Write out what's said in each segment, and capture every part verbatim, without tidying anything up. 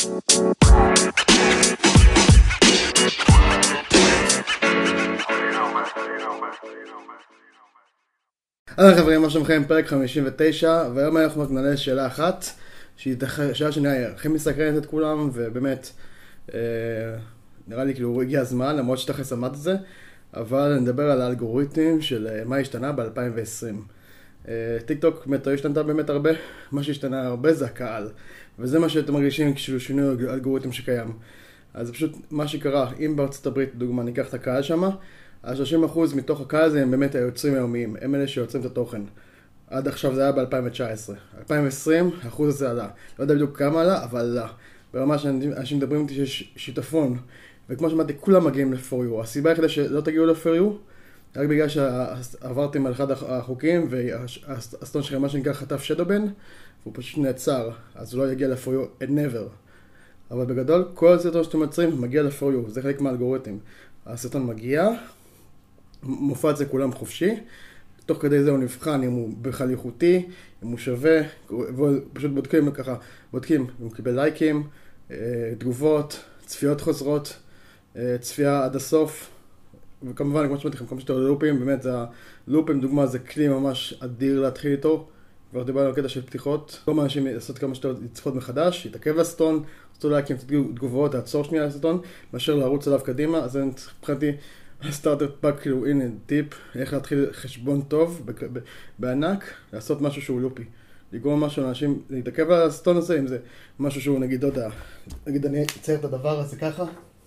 אהלן חברים, מה שלומכם? פרק חמישים ותשע, והיום אנחנו נעלה שאלה אחת שהיא שאלה שנראה הכי מסקרנת את כולם, ובאמת אה, נראה לי כאילו הגיע הזמן, למרות שתכף אמרת את זה, אבל נדבר על האלגוריתם של אה, מה השתנה ב-אלפיים ועשרים. אה, טיק טוק באמת לא השתנתה באמת הרבה, מה שהשתנה הרבה זה הקהל, וזה מה שאתם מרגישים כשהוא שינוי האלגוריתם שקיים. אז פשוט מה שקרה, אם בארצות הברית, דוגמה, ניקח את הקהל שמה, ה-שלושים אחוז מתוך הקהל הזה הם באמת היוצרים היומיים, הם אלה שיוצרים את התוכן. עד עכשיו זה היה ב-אלפיים תשע עשרה. אלפיים ועשרים, האחוז הזה עלה. לא יודע בדיוק כמה עלה, אבל עלה. ברמה שאנשים מדברים איתי שיש שיטפון, וכמו שאמרתי, כולם מגיעים ל-פור יו. הסיבה היחידה שלא תגיעו ל-פור יו, רק בגלל שעברתם על אחד החוקים, והסטון שלכם, מה שנקרא, חטף שדובן, והוא פשוט נעצר, אז הוא לא יגיע ל-פור יו, never. אבל בגדול, כל הסרטון שאתם מייצרים מגיע ל-פור יו, זה חלק מהאלגוריתם. הסרטון מגיע, מופץ זה כולם חופשי, תוך כדי זה הוא נבחן אם הוא בכלל איכותי, אם הוא שווה, פשוט בודקים ככה, בודקים אם הוא קיבל לייקים, תגובות, צפיות חוזרות, צפייה עד הסוף, וכמובן, כמו שאמרתי לכם, כמו שאתה לופים, באמת זה הלופים, דוגמה, זה כלי ממש אדיר להתחיל איתו, כבר דיברנו על קטע של פתיחות, כל מה אנשים לעשות כמה שאתה לצפות מחדש, יתעכב לסרטון, עשו לייקים, תגובות, לעצור שנייה לסרטון, מאשר לרוץ עליו קדימה, אז אני מבחינתי, הסטארטר פאק, כאילו, הנה, טיפ, איך להתחיל חשבון טוב, בענק, לעשות משהו שהוא לופי. לגרום משהו לאנשים, להתעכב על הסרטון הזה, אם זה משהו שהוא, נגיד, לא יודע, נגיד, אני אצייר את הדבר הזה ככה,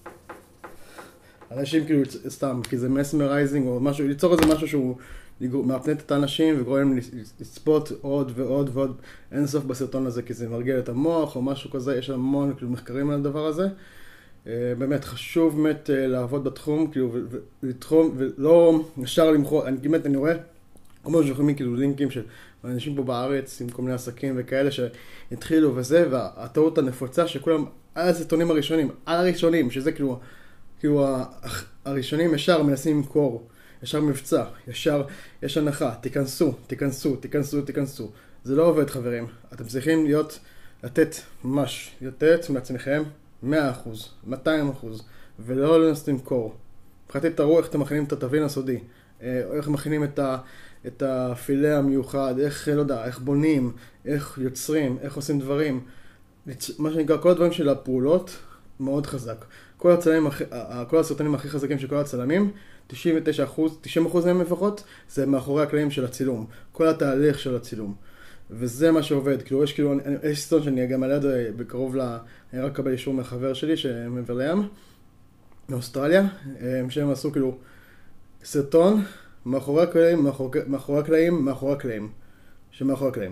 אנשים כאילו, סתם, כי זה מסמרייזינג או משהו, ליצור איזה משהו שהוא מאפנט את האנשים וגורם לצפות עוד ועוד ועוד אין סוף בסרטון הזה, כי זה מרגיע את המוח או משהו כזה, יש המון כאילו מחקרים על הדבר הזה. באמת חשוב באמת לעבוד בתחום, כאילו, ולתחום, ולא ישר למחור, אני באמת, אני רואה, כמו שזוכרים כאילו לינקים של אנשים פה בארץ עם כל מיני עסקים וכאלה שהתחילו וזה, והטעות הנפוצה שכולם על הסרטונים הראשונים, על הראשונים, שזה כאילו, כאילו הראשונים ישר מנסים למכור, ישר מבצע, ישר יש הנחה, תיכנסו, תיכנסו, תיכנסו, תיכנסו. זה לא עובד חברים, אתם צריכים להיות, לתת ממש, לתת מעצמכם מאה אחוז, מאתיים אחוז, ולא לנסות למכור. מבחינתי תראו איך אתם מכינים את התבלין הסודי, איך מכינים את, ה, את הפילה המיוחד, איך, לא יודע, איך בונים, איך יוצרים, איך עושים דברים. מה שנקרא, כל הדברים של הפעולות, מאוד חזק. כל הצלמים, כל הסרטונים הכי חזקים של כל הצלמים, תשעים ותשע אחוז, תשעים אחוז מהם לפחות, זה מאחורי הקלעים של הצילום. כל התהליך של הצילום. וזה מה שעובד. כאילו, יש כאילו, יש סרטון שאני גם מעלה את זה בקרוב ל... אני רק קבל אישור מהחבר שלי שמעבר לים, מאוסטרליה, שהם עשו כאילו סרטון מאחורי הקלעים, מאחורי הקלעים, מאחורי הקלעים. שמאחורי הקלעים.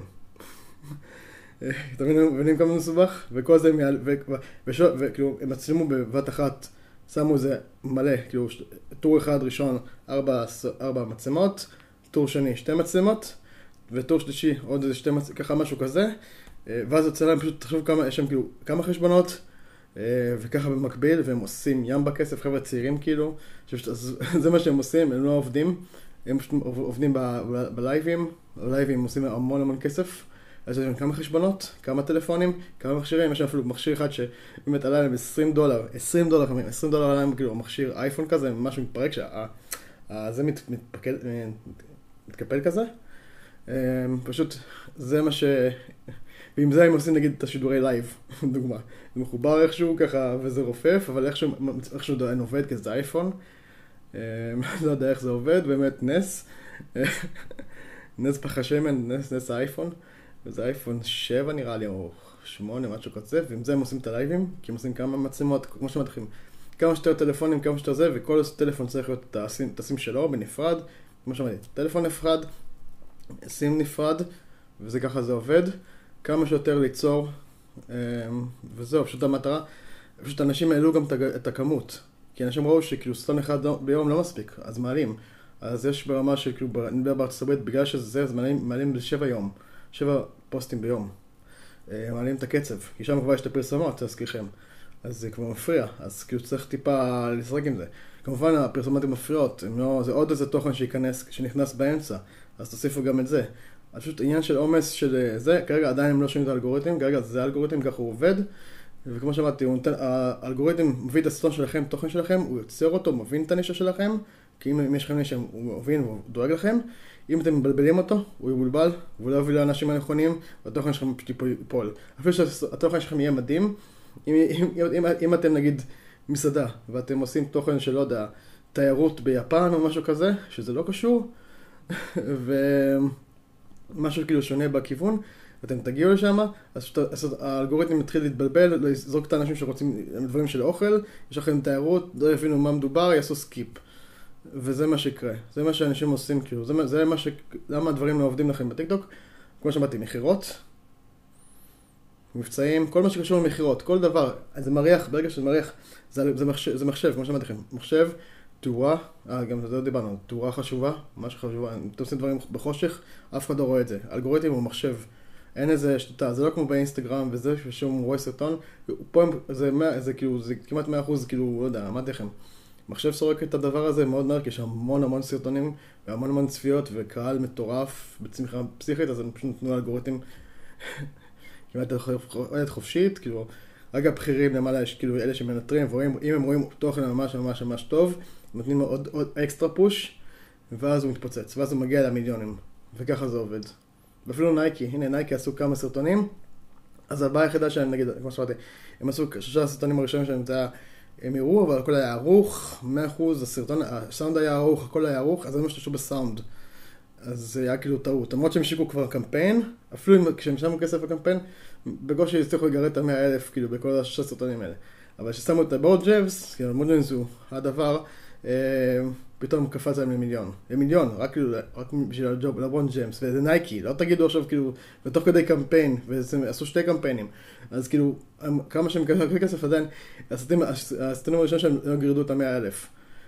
אתם מבינים כמה מסובך? וכל זה, וכאילו, הם הצלימו בבת אחת, שמו זה מלא, כאילו, טור אחד ראשון, ארבע, ארבע מצלמות, טור שני, שתי מצלמות, וטור שלישי, עוד איזה שתי מצלמות, ככה משהו כזה, ואז יוצא להם פשוט, תחשוב כמה, יש שם כאילו, כמה חשבונות, וככה במקביל, והם עושים ים בכסף, חבר'ה צעירים כאילו, זה מה שהם עושים, הם לא עובדים, הם פשוט עובדים בלייבים, בלייבים הם עושים המון המון כסף, אז יש לנו כמה חשבונות, כמה טלפונים, כמה מכשירים, יש לנו אפילו מכשיר אחד שבאמת עלה להם עשרים דולר, עשרים דולר, עשרים דולר עלה להם כאילו מכשיר אייפון כזה, משהו מתפרק שזה מתקפל כזה. פשוט זה מה ש... ועם זה הם עושים נגיד את השידורי לייב, דוגמה. זה מחובר איכשהו ככה וזה רופף, אבל איכשהו, איכשהו דוין עובד כי זה אייפון. לא יודע איך זה עובד, באמת נס. נס פח השמן, נס, נס האייפון. וזה אייפון שבע נראה לי, או שמונה, משהו כזה, ועם זה הם עושים את הלייבים, כי הם עושים כמה מצלמות, כמו שאתם מתחילים, כמה שתי טלפונים, כמה שאתה זה, וכל טלפון צריך להיות את הסים שלו בנפרד, כמו שאמרתי, טלפון נפרד, סים נפרד, וזה ככה זה עובד, כמה שיותר ליצור, וזהו, פשוט המטרה, פשוט אנשים העלו גם את הכמות, כי אנשים ראו שכאילו סרטון אחד ביום לא מספיק, אז מעלים, אז יש ברמה שכאילו, נדבר בארצות הברית, בגלל שזה זה, אז מעלים לשבע יום. שבע פוסטים ביום. מעלים את הקצב, כי שם כבר יש את הפרסומות, להזכירכם. אז זה כבר מפריע, אז כאילו צריך טיפה לשחק עם זה. כמובן הפרסומות הן מפריעות, לא, זה עוד איזה תוכן שיכנס, שנכנס באמצע, אז תוסיפו גם את זה. אז פשוט עניין של עומס של זה, כרגע עדיין הם לא שונים את האלגוריתם, כרגע זה האלגוריתם, ככה הוא עובד, וכמו שאמרתי, הוא נותן, האלגוריתם מביא את הסרטון שלכם, תוכן שלכם, הוא יוצר אותו, מבין את הנישה שלכם, כי אם, אם יש לכם נישה, הוא מבין והוא דואג לכם. אם אתם מבלבלים אותו, הוא יבולבל, והוא לא יביא לאנשים הנכונים, והתוכן שלכם פשוט ייפול. אפילו שהתוכן שלכם יהיה מדהים, אם, אם, אם, אם אתם נגיד מסעדה, ואתם עושים תוכן שלא יודע, תיירות ביפן או משהו כזה, שזה לא קשור, ומשהו כאילו שונה בכיוון, אתם תגיעו לשם, אז, אז האלגוריתם מתחיל להתבלבל, לזרוק את האנשים שרוצים דברים של אוכל, יש לכם תיירות, לא יבינו מה מדובר, יעשו סקיפ. וזה מה שיקרה, זה מה שאנשים עושים, כאילו, זה, זה מה ש... למה הדברים לא עובדים לכם בטיקטוק, כמו שאמרתי, מחירות, מבצעים, כל מה שקשור למחירות, כל דבר, זה מריח, ברגע שזה מריח, זה, זה, מחשב, זה מחשב, כמו שאמרתי לכם, מחשב, תאורה, אה, גם זה לא דיברנו, תאורה חשובה, משהו חשובה, אם אתם עושים דברים בחושך, אף אחד לא רואה את זה, אלגוריתם הוא מחשב, אין איזה שתתה, זה לא כמו באינסטגרם וזה שהוא רואה סרטון, פה זה, זה, כאילו, זה כמעט מאה אחוז, כאילו, לא יודע, אמרתי לכם, מחשב סורק את הדבר הזה מאוד מהר, כי יש המון המון סרטונים והמון המון צפיות וקהל מטורף בצמיחה פסיכית, אז הם פשוט נתנו אלגוריתם כמעט חופשית, כאילו, רק הבכירים למעלה יש כאילו אלה שמנטרים, ורואים, אם הם רואים תוכן ממש ממש ממש טוב, נותנים לו עוד, עוד אקסטרה פוש, ואז הוא מתפוצץ, ואז הוא מגיע למיליונים, וככה זה עובד. ואפילו נייקי, הנה נייקי עשו כמה סרטונים, אז הבעיה היחידה שלהם, נגיד, כמו שאמרתי, הם עשו שלושה סרטונים הראשונים שלהם, זה היה הם הראו, אבל הכל היה ערוך, מאה אחוז, הסרטון, הסאונד היה ערוך, הכל היה ערוך, אז זה מה שתשאו בסאונד. אז זה היה כאילו טעות. למרות שהם השיקו כבר קמפיין, אפילו כשהם שמו כסף בקמפיין, בגושי הצליחו לגרד את המאה אלף, כאילו, בכל השלושה סרטונים האלה. אבל כששמו את הבורד ג'בס, כאילו, המוד ג'בס הוא הדבר, אה, פתאום קפץ להם למיליון. למיליון, רק כאילו, רק בשביל הג'וב, לבון ג'יימס, וזה נייקי, לא תגידו עכשיו כאילו, בתוך כדי קמפיין, ועשו שתי קמפיינים, אז כאילו, כמה שהם קפצו כסף עדיין, הסרטונים הראשון שהם לא גרדו את המאה אלף.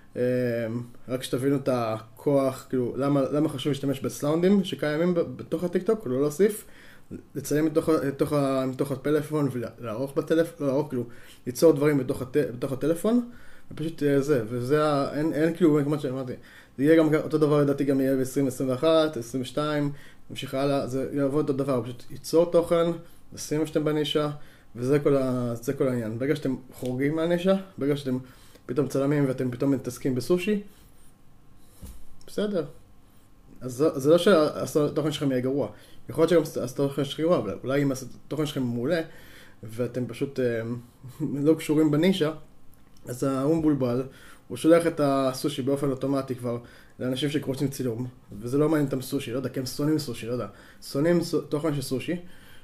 רק שתבינו את הכוח, כאילו, למה, למה חשוב להשתמש בסאונדים שקיימים בתוך הטיקטוק, לא להוסיף, לצלם מתוך, מתוך, מתוך הפלאפון ולערוך בטלפון, לערוך, כאילו, ליצור דברים בתוך, הט, בתוך הטלפון, ופשוט זה, וזה, אין, אין כאילו, כמו שאמרתי, זה יהיה גם אותו דבר, לדעתי גם יהיה ב-עשרים עשרים ואחת, עשרים ושתיים, נמשיך הלאה, זה יעבוד אותו דבר, פשוט ייצור תוכן, לשים שאתם בנישה, וזה כל, ה, זה כל העניין. ברגע שאתם חורגים מהנישה, ברגע שאתם פתאום צלמים ואתם פתאום מתעסקים בסושי, בסדר. אז זה לא שהתוכן שלכם יהיה גרוע. יכול להיות שגם התוכן שלכם גרוע, אבל אולי אם התוכן שלכם מעולה, ואתם פשוט לא קשורים בנישה, אז הוא מבולבל, הוא שולח את הסושי באופן אוטומטי כבר לאנשים שקורצים צילום, וזה לא מעניין אותם סושי, לא יודע, כי הם שונאים סושי, לא יודע. שונאים תוכן של סושי,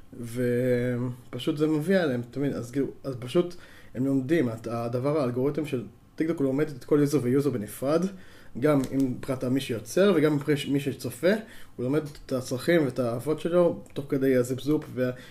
ופשוט זה מביא עליהם, תמיד, אז, אז פשוט הם לומדים, הדבר, האלגוריתם של טיקטוק הוא לומד את כל יוזר ויוזר בנפרד, גם עם מבחינת מי שיוצר וגם מבחינת מי שצופה, הוא לומד את הצרכים ואת האהבות שלו, תוך כדי הזפזופ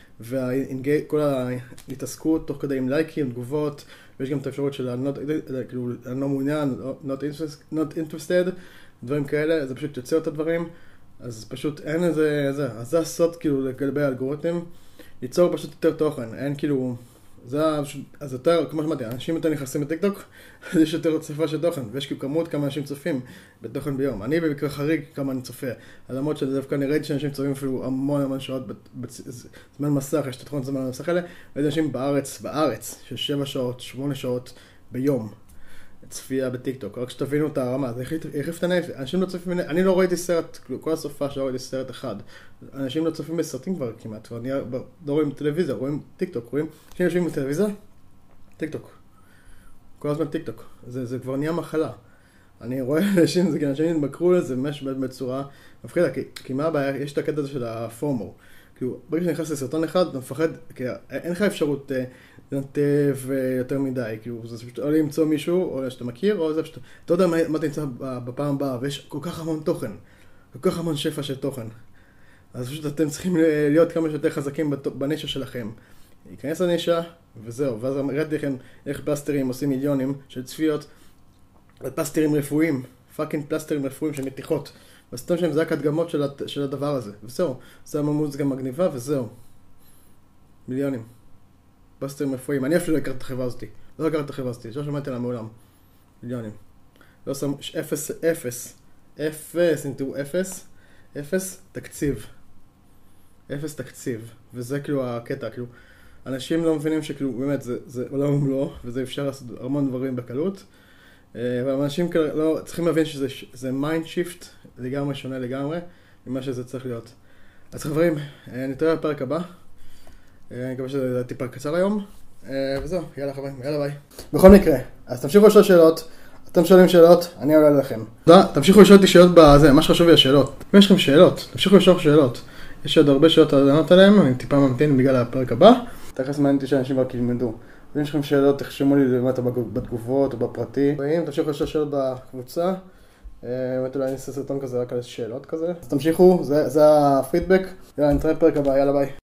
וכל ההתעסקות, תוך כדי עם לייקים, תגובות, ויש גם את האפשרות של כאילו, לא מעוניין, not interested, דברים כאלה, זה פשוט יוצר את הדברים, אז פשוט אין איזה, זה, אז זה הסוד כאילו לגבי האלגוריתם, ליצור פשוט יותר תוכן, אין כאילו, זה, אז יותר, כמו שאמרתי, אנשים יותר נכנסים לטיקטוק, אז יש יותר צופה של תוכן, ויש כאילו כמות כמה אנשים צופים בתוכן ביום. אני במקרה חריג כמה אני צופה, למרות שדווקא נראיתי שאנשים צופים אפילו המון המון שעות בזמן מסך, יש את התוכן זמן מסך האלה, ויש אנשים בארץ, בארץ, של שבע שעות, שמונה שעות ביום. צפייה בטיקטוק, רק שתבינו את הרמה, זה החליף את הנפש, אנשים לא צופים, אני לא ראיתי סרט, כל הסופה שלא ראיתי סרט אחד, אנשים לא צופים בסרטים כבר כמעט, אני לא רואים טלוויזיה, רואים טיקטוק, רואים, כשאני יושבים בטלוויזיה, טיקטוק, כל הזמן טיקטוק, זה, זה כבר נהיה מחלה, אני רואה אנשים, זה כי אנשים נתמכרו לזה ממש בצורה מפחידה, כי, כי מה הבעיה, יש את הקטע הזה של הפורמו, כאילו, ברגע שאני נכנס לסרטון אחד, אתה מפחד, כי אין לך אפשרות לנתב יותר מדי, כאילו, זה פשוט או למצוא מישהו, או שאתה מכיר, או זה פשוט, אתה יודע מה אתה נמצא בפעם הבאה, ויש כל כך המון תוכן, כל כך המון שפע של תוכן. אז פשוט אתם צריכים להיות כמה שיותר חזקים בנישה שלכם. להיכנס לנישה, וזהו, ואז ראיתי לכם איך פלסטרים עושים מיליונים של צפיות, פלסטרים רפואיים, פאקינג פלסטרים רפואיים של מתיחות. והסרטון שלהם זה רק הדגמות של, הד... של הדבר הזה, וזהו, זה המוזיקה מגניבה, וזהו. מיליונים. פלסטרים רפואיים, אני אפילו לא הכרתי את החברה הזאתי, לא הכרתי את החברה הזאתי, לא שמעתי עליה מעולם. מיליונים. לא שם, אפס, אפס, אפס, אינטרו אפס, אפס, תקציב. אפס תקציב, וזה כאילו הקטע, כאילו, אנשים לא מבינים שכאילו, באמת, זה, זה עולם ומלואו, וזה אפשר לעשות המון דברים בקלות. אבל אנשים כאלה לא, צריכים להבין שזה זה מיינד שיפט לגמרי שונה לגמרי ממה שזה צריך להיות. אז חברים, נתראה בפרק הבא. אני מקווה שזה היה טיפה קצר היום. וזהו, יאללה חברים, יאללה ביי. בכל מקרה, אז תמשיכו לשאול שאלות. אתם שואלים שאלות, אני עולה לכם. תודה, תמשיכו לשאול אותי שאלות בזה, מה שחשוב לי השאלות. אם יש לכם שאלות, תמשיכו לשאול שאלות. יש עוד הרבה שאלות לענות עליהן, אני טיפה ממתין בגלל הפרק הבא. תכף מעניין אותי שאנשים רק ילמדו. ואם יש לכם שאלות, תחשמו לי למטה בתגובות או בפרטי. ואם תמשיכו לשאול שאלות בקבוצה, באמת אולי אני אעשה סרטון כזה רק על שאלות כזה. אז תמשיכו, זה, זה הפידבק. יאללה, נתראה בפרק הבא, יאללה ביי.